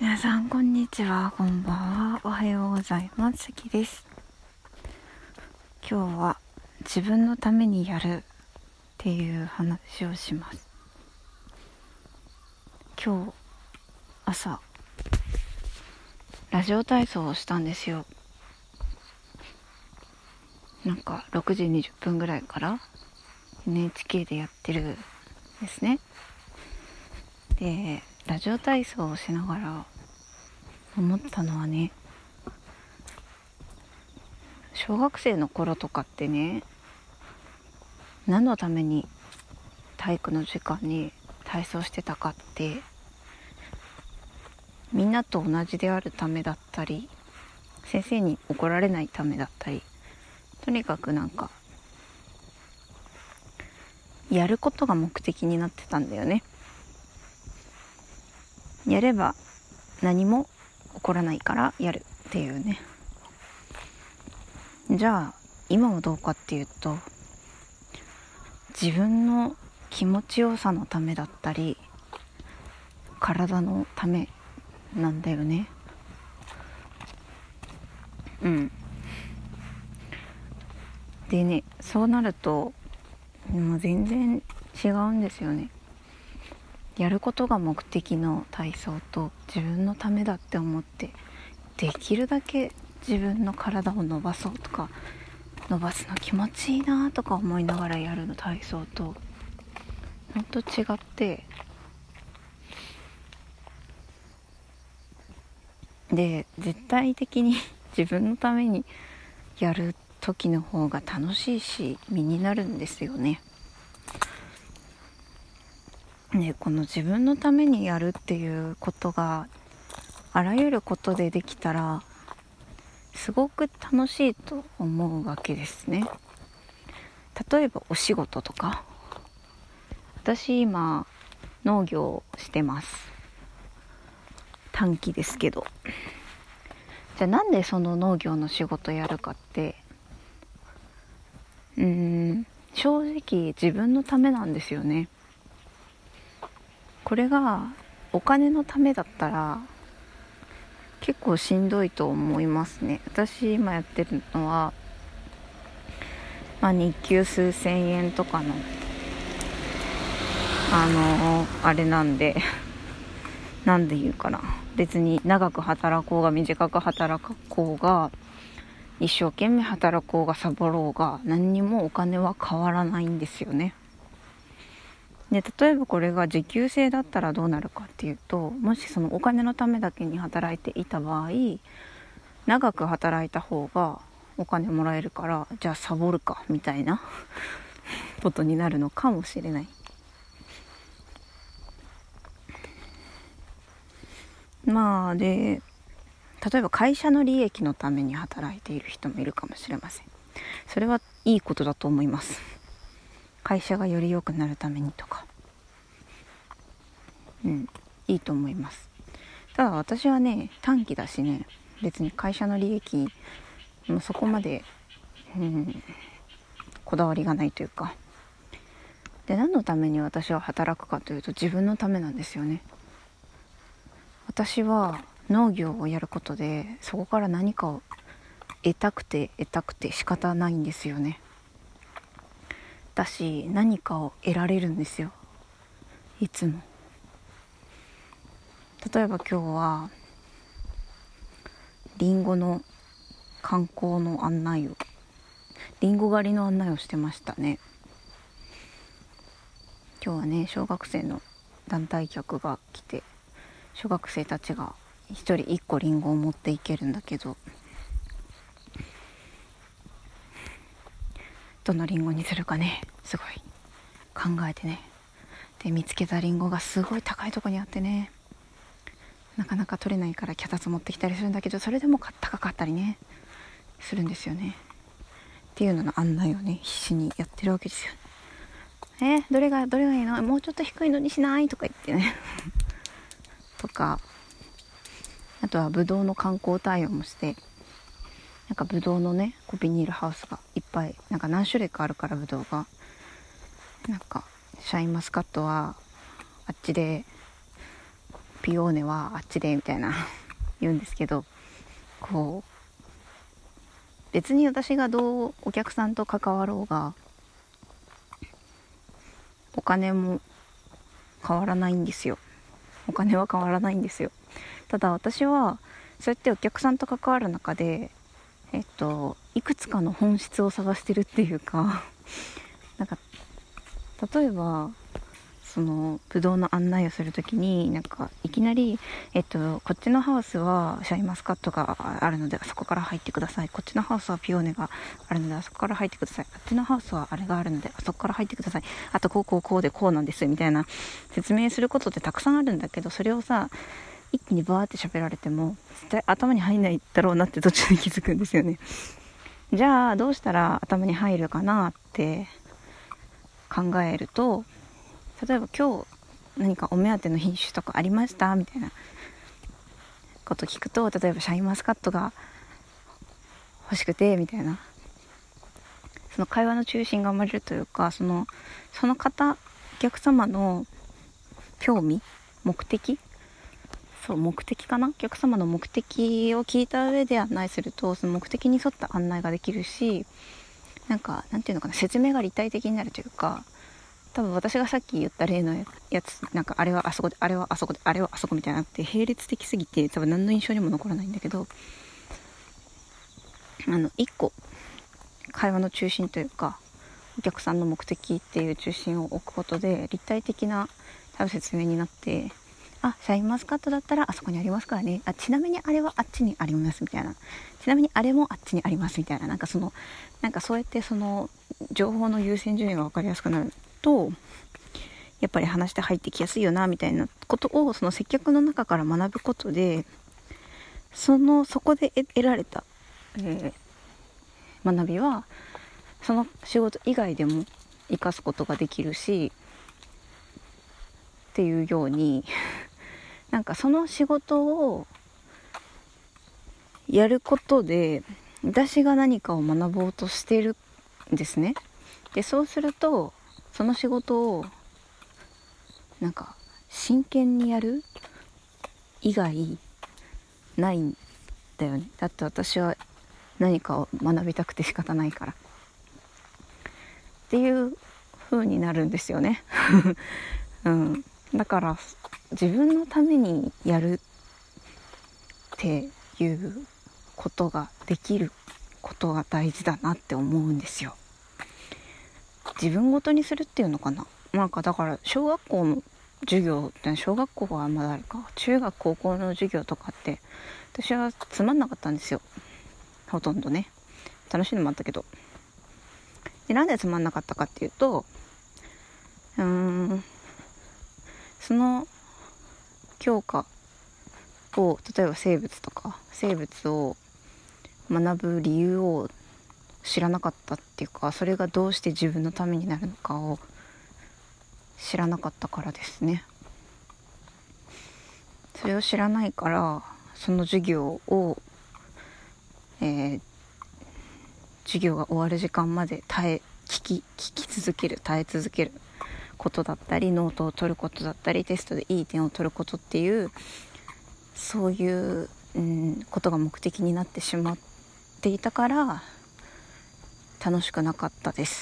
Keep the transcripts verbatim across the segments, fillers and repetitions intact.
皆さんこんにちは、こんばんは、おはようございます。さきです。今日は自分のためにやるっていう話をします。今日朝ラジオ体操をしたんですよ。なんかろくじにじゅっぷんぐらいから エヌエイチケー でやってるんですね。でラジオ体操をしながら思ったのはね、小学生の頃とかってね、何のために体育の時間に体操してたかって、みんなと同じであるためだったり、先生に怒られないためだったり、とにかくなんかやることが目的になってたんだよね。やれば何も起こらないからやるっていうね。じゃあ今はどうかっていうと、自分の気持ちよさのためだったり体のためなんだよね。うんでね、そうなるともう全然違うんですよね。やることが目的の体操と自分のためだって思ってできるだけ自分の体を伸ばそうとか、伸ばすの気持ちいいなとか思いながらやるの体操とほんと違って、で絶対的に自分のためにやる時の方が楽しいし身になるんですよね。でこの自分のためにやるっていうことがあらゆることでできたらすごく楽しいと思うわけですね。例えばお仕事とか、私今農業をしてます。短期ですけど。じゃあなんでその農業の仕事やるかって、うーん正直自分のためなんですよね。これがお金のためだったら結構しんどいと思いますね。私今やってるのは、まあ、日給数千円とかのあのー、あれなんでなんで言うかな、別に長く働こうが短く働こうが一生懸命働こうがサボろうが何にもお金は変わらないんですよね。で例えばこれが時給制だったらどうなるかっていうと、もしそのお金のためだけに働いていた場合、長く働いた方がお金もらえるから、じゃあサボるかみたいなことになるのかもしれない。まあで例えば会社の利益のために働いている人もいるかもしれません。それはいいことだと思います。会社がより良くなるためにとか、うんいいと思います。ただ私はね、短期だしね、別に会社の利益もそこまで、うん、こだわりがないというか。で何のために私は働くかというと、自分のためなんですよね。私は農業をやることでそこから何かを得たくて得たくて仕方ないんですよね。だし何かを得られるんですよ、いつも。例えば今日はリンゴの観光の案内をリンゴ狩りの案内をしてましたね。今日はね、小学生の団体客が来て、小学生たちが一人一個リンゴを持っていけるんだけど、どのリンゴにするかね、すごい考えてね。で見つけたリンゴがすごい高いとこにあってね、なかなか取れないから脚立持ってきたりするんだけど、それでも高かったりねするんですよね。っていうのの案内をね、必死にやってるわけですよ。えー、どれがどれがいいの、もうちょっと低いのにしないとか言ってねとか、あとはブドウの観光対応もして、なんかブドウのね、こうビニールハウスがいっぱい、なんか何種類かあるから、ブドウがなんかシャインマスカットはあっちでピオーネはあっちでみたいな言うんですけど、こう別に私がどうお客さんと関わろうがお金も変わらないんですよ。お金は変わらないんですよ。ただ私はそうやってお客さんと関わる中でえっといくつかの本質を探してるっていうかなんか例えばそのブドウの案内をするときになんかいきなり、えっと、こっちのハウスはシャインマスカットがあるのであそこから入ってください、こっちのハウスはピオーネがあるのであそこから入ってください、あっちのハウスはあれがあるのであそこから入ってください、あとこうこうこうでこうなんですみたいな説明することってたくさんあるんだけど、それをさ一気にバーって喋られても絶対頭に入んないだろうなって途中で気づくんですよね。じゃあどうしたら頭に入るかなって考えると、例えば今日何かお目当ての品種とかありましたみたいなこと聞くと、例えばシャインマスカットが欲しくてみたいな、その会話の中心が生まれるというか、そのその方お客様の興味目的そう目的かなお客様の目的を聞いた上で案内すると、その目的に沿った案内ができるし、なんかなんていうのかな、説明が立体的になるというか、多分私がさっき言った例のやつ、なんかあれはあそこであれはあそこであれはあそこみたいなって並列的すぎて多分何の印象にも残らないんだけど、あの一個会話の中心というかお客さんの目的っていう中心を置くことで立体的な多分説明になって、あ、シャインマスカットだったらあそこにありますからね、あちなみにあれはあっちにありますみたいな、ちなみにあれもあっちにありますみたいな、なんかそのなんかそうやってその情報の優先順位が分かりやすくなるとやっぱり話して入ってきやすいよなみたいなことをその接客の中から学ぶことで、そのそこで得られた、えー、学びはその仕事以外でも生かすことができるしっていうようになんかその仕事をやることで私が何かを学ぼうとしているんですね。でそうするとその仕事をなんか真剣にやる以外ないんだよね。だって私は何かを学びたくて仕方ないからっていう風になるんですよね、うん、だから自分のためにやるっていうことができることが大事だなって思うんですよ。自分ごとにするっていうのかな。なんかだから小学校の授業って小学校はまだあれか中学高校の授業とかって私はつまんなかったんですよ、ほとんどね。楽しいのもあったけど、でなんでつまんなかったかっていうと、うーんその教科を例えば生物とか生物を学ぶ理由を知らなかったっていうか、それがどうして自分のためになるのかを知らなかったからですね。それを知らないからその授業を、えー、授業が終わる時間まで耐え聞き聞き続ける耐え続けることだったり、ノートを取ることだったり、テストでいい点を取ることっていうそういう、うん、ことが目的になってしまっていたから楽しくなかったです。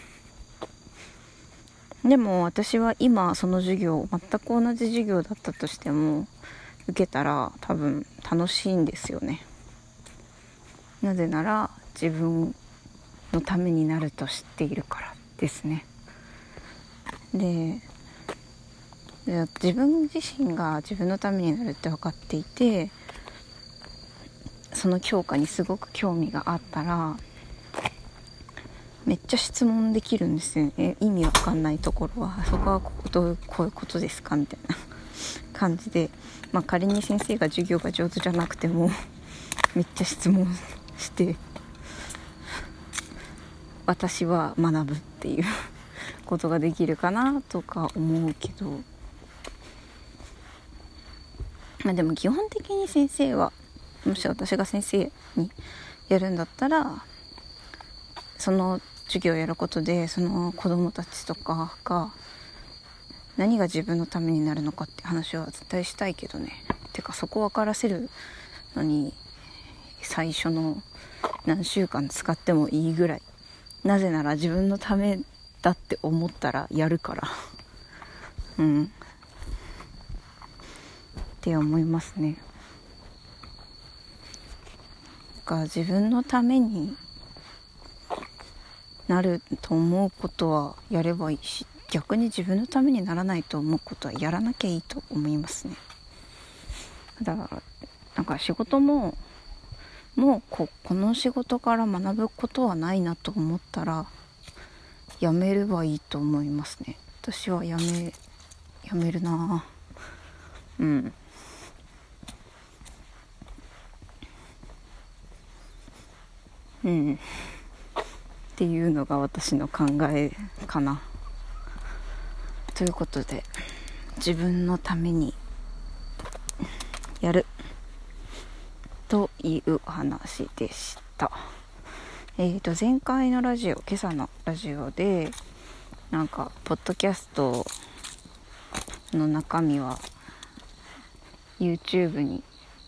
でも私は今その授業全く同じ授業だったとしても受けたら多分楽しいんですよね。なぜなら自分のためになると知っているからですね。で自分自身が自分のためになるって分かっていて、その教科にすごく興味があったらめっちゃ質問できるんですよね。意味わかんないところはそこはここどうこういうことですかみたいな感じで、まあ、仮に先生が授業が上手じゃなくてもめっちゃ質問して私は学ぶっていうことができるかなとか思うけど、まあ、でも基本的に先生はもし私が先生にやるんだったらその授業をやることでその子どもたちとかが何が自分のためになるのかって話は絶対したいけどね。てかそこ分からせるのに最初の何週間使ってもいいぐらい、なぜなら自分のためだって思ったらやるからうんって思いますね。だから自分のためになると思うことはやればいいし、逆に自分のためにならないと思うことはやらなきゃいいと思いますね。だからなんか仕事ももう こ, この仕事から学ぶことはないなと思ったらやめればいいと思いますね。私はやめやめるなうんうんっていうのが私の考えかな。ということで、自分のためにやるという話でした。えーと前回のラジオ、今朝のラジオでなんかポッドキャストの中身は YouTube に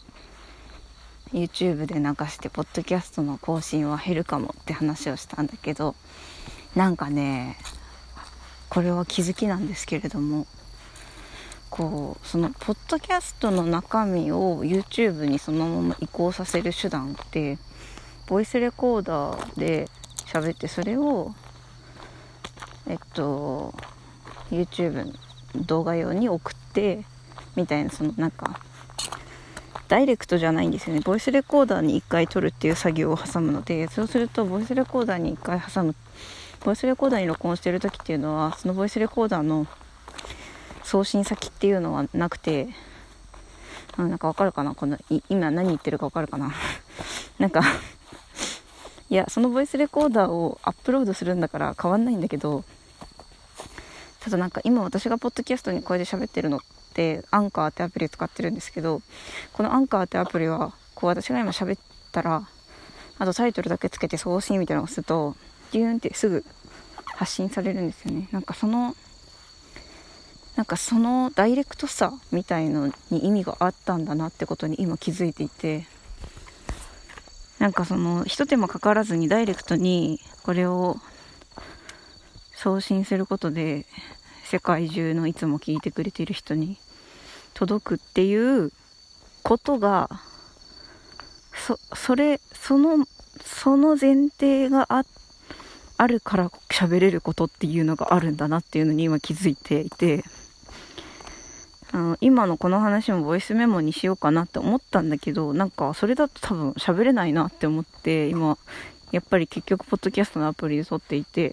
YouTube で流してポッドキャストの更新は減るかもって話をしたんだけど、なんかねこれは気づきなんですけれども、こうそのポッドキャストの中身を YouTube にそのまま移行させる手段ってボイスレコーダーで喋ってそれをえっと YouTube の動画用に送ってみたいな、そのなんかダイレクトじゃないんですよね。ボイスレコーダーにいっかい撮るっていう作業を挟むので、そうするとボイスレコーダーにいっかい挟むボイスレコーダーに録音してる時っていうのはそのボイスレコーダーの送信先っていうのはなくて、あなんかわかるかな、このい今何言ってるかわかるかななんかいやそのボイスレコーダーをアップロードするんだから変わんないんだけど、ただなんか今私がポッドキャストにこれで喋ってるのってアンカーってアプリを使ってるんですけど、このアンカーってアプリはこう私が今喋ったらあとタイトルだけつけて送信みたいなのを押すとギューンってすぐ発信されるんですよね。なんかそのなんかそのダイレクトさみたいのに意味があったんだなってことに今気づいていて、なんかその一手間かからずにダイレクトにこれを送信することで世界中のいつも聞いてくれている人に届くっていうことが、そそれそのその前提がああるから喋れることっていうのがあるんだなっていうのに今気づいていて、あの今のこの話もボイスメモにしようかなって思ったんだけど、なんかそれだと多分喋れないなって思って今やっぱり結局ポッドキャストのアプリで撮っていて、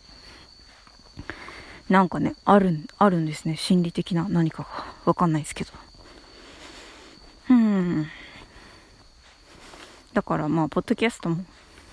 なんかねあるあるんですね、心理的な何かがわかんないですけど、うんだからまあポッドキャストも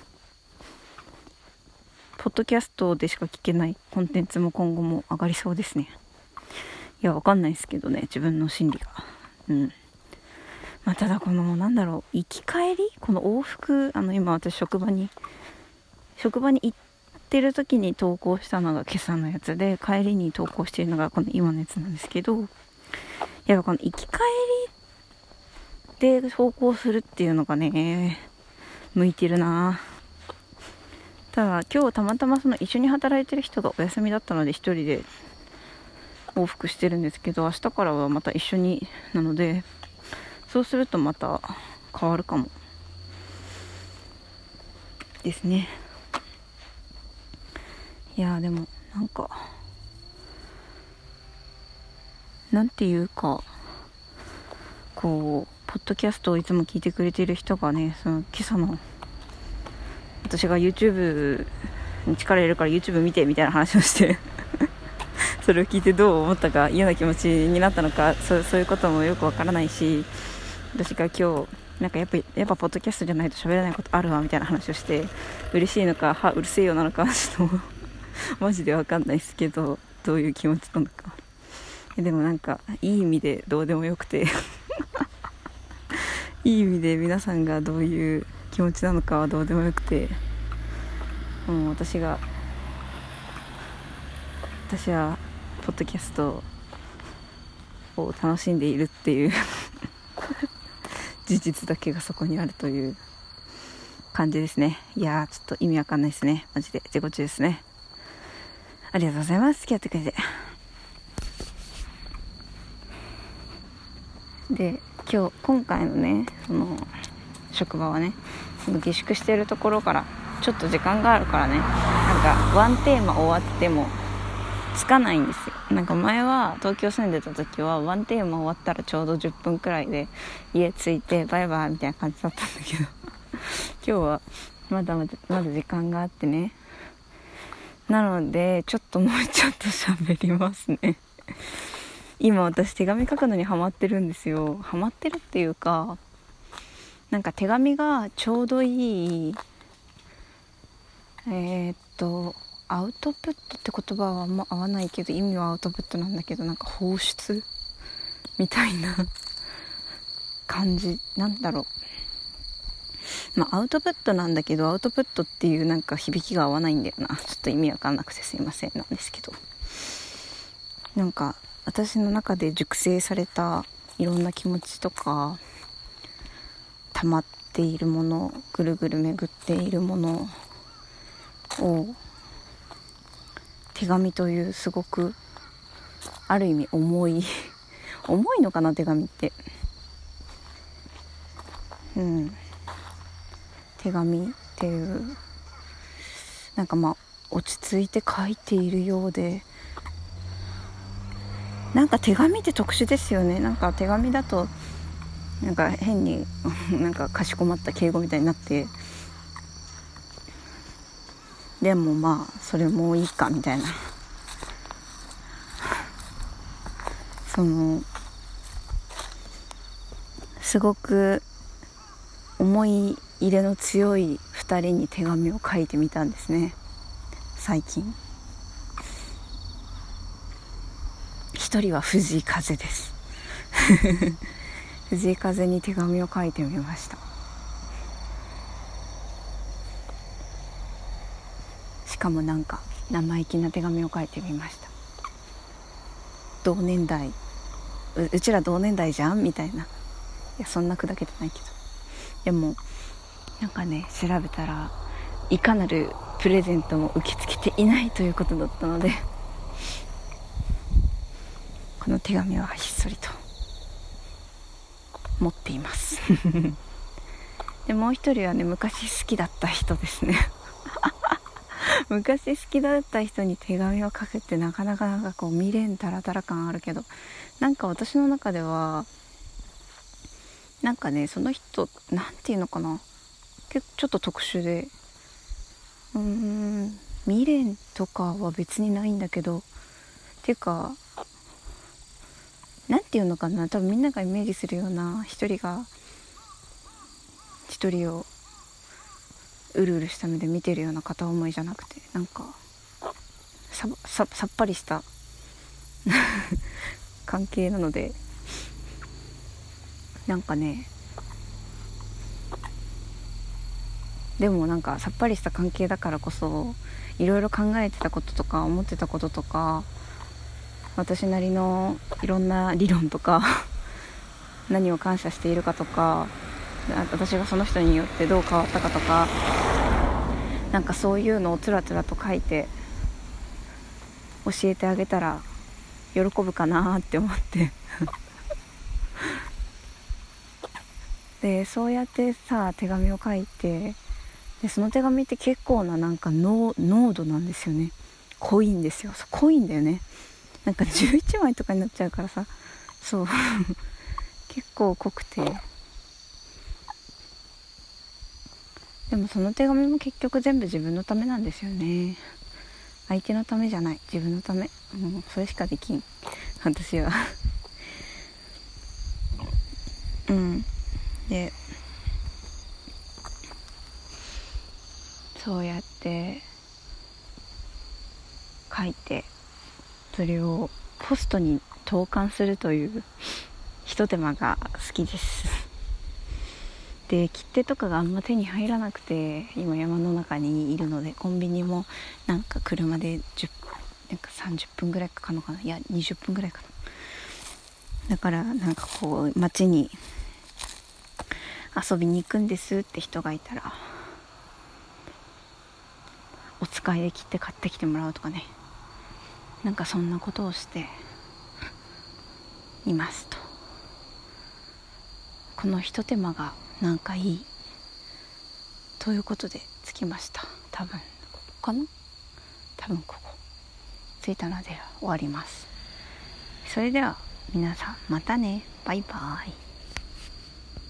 ポッドキャストでしか聞けないコンテンツも今後も上がりそうですね。いやわかんないですけどね、自分の心理が。うんまあ、ただこのなんだろう、行き帰りこの往復、あの今私職場に職場に行ってる時に投稿したのが今朝のやつで、帰りに投稿しているのがこの今のやつなんですけど、やっぱこの行き帰りで投稿するっていうのがね向いてるな。ただ今日たまたまその一緒に働いてる人がお休みだったので一人で往復してるんですけど、明日からはまた一緒になので、そうするとまた変わるかもですね。いやでもなんかなんていうか、こうポッドキャストをいつも聞いてくれている人がね、その今朝の私が YouTube に力入れるから YouTube 見てみたいな話をしてそれを聞いてどう思ったか、嫌な気持ちになったのか、そ そういうこともよくわからないし、私が今日なんかやっぱやっぱポッドキャストじゃないと喋れないことあるわみたいな話をして嬉しいのか、はうるせえよなのかちょっとマジでわかんないですけど、どういう気持ちなのか。でもなんかいい意味でどうでもよくていい意味で皆さんがどういう気持ちなのかはどうでもよくて、もう私が私はポッドキャスト歩を楽しんでいるっていう事実だけがそこにあるという感じですね。いやーちょっと意味わかんないですね。マジで自己中ですね。ありがとうございます。付き合ってくれて。で今日今回のねその職場はねその下宿してるところからちょっと時間があるからね、なんかワンテーマ終わってもつかないんですよ。なんか前は東京住んでた時はワンテーマ終わったらちょうどじゅっぷんくらいで家着いてバイバイみたいな感じだったんだけど今日はまだまだまだ時間があってね、なのでちょっともうちょっと喋りますね今私手紙書くのにハマってるんですよ。ハマってるっていうか、なんか手紙がちょうどいいえー、っとアウトプットって言葉はあんま合わないけど意味はアウトプットなんだけど、なんか放出みたいな感じなんだろう。まあアウトプットなんだけどアウトプットっていうなんか響きが合わないんだよな。ちょっと意味わかんなくてすいませんなんですけど、なんか私の中で熟成されたいろんな気持ちとか溜まっているもの、ぐるぐる巡っているものを手紙というすごくある意味重い重いのかな手紙って、うん、手紙っていうなんかまあ落ち着いて書いているようで、なんか手紙って特殊ですよね。なんか手紙だとなんか変になんかかしこまった敬語みたいになって、でもまあそれもいいかみたいな、そのすごく思い入れの強いふたりに手紙を書いてみたんですね最近。一人は藤井風です藤井風に手紙を書いてみました。しかもなんか生意気な手紙を書いてみました。同年代 う, うちら同年代じゃんみたいな、いやそんな砕けてないけど、でもなんかね調べたらいかなるプレゼントも受け付けていないということだったので、この手紙はひっそりと持っていますでもう一人はね昔好きだった人ですね昔好きだった人に手紙を書くってなかなかなんかこう未練たらたら感あるけど、なんか私の中ではなんかねその人なんていうのかな、結構ちょっと特殊で、うーん未練とかは別にないんだけど、っていうかなんていうのかな、多分みんながイメージするような一人が一人をうるうるした目で見てるような片思いじゃなくて、なんか さ, さ, さっぱりした関係なので、なんかねでもなんかさっぱりした関係だからこそいろいろ考えてたこととか思ってたこととか、私なりのいろんな理論とか何を感謝しているかとか、私がその人によってどう変わったかとか、なんかそういうのをつらつらと書いて教えてあげたら喜ぶかなって思ってでそうやってさ手紙を書いて、でその手紙って結構ななんか濃度なんですよね。濃いんですよ。濃いんだよね。なんかじゅういちまいとかになっちゃうからさ、そう結構濃くて、でもその手紙も結局全部自分のためなんですよね。相手のためじゃない、自分のため、もうそれしかできん私はうんでそうやって書いてそれをポストに投函するというひと手間が好きですで切手とかがあんま手に入らなくて、今山の中にいるのでコンビニもなんか車でじゅっなんかさんじゅっぷんぐらいかかるのかな、いやにじゅっぷんぐらいかだからなんかこう街に遊びに行くんですって人がいたらお使いで切って買ってきてもらうとかね、なんかそんなことをしていますと。このひと手間がなんかいいということで着きました。多分ここかな、多分ここ着いたので終わります。それでは皆さんまたね、バイバイ。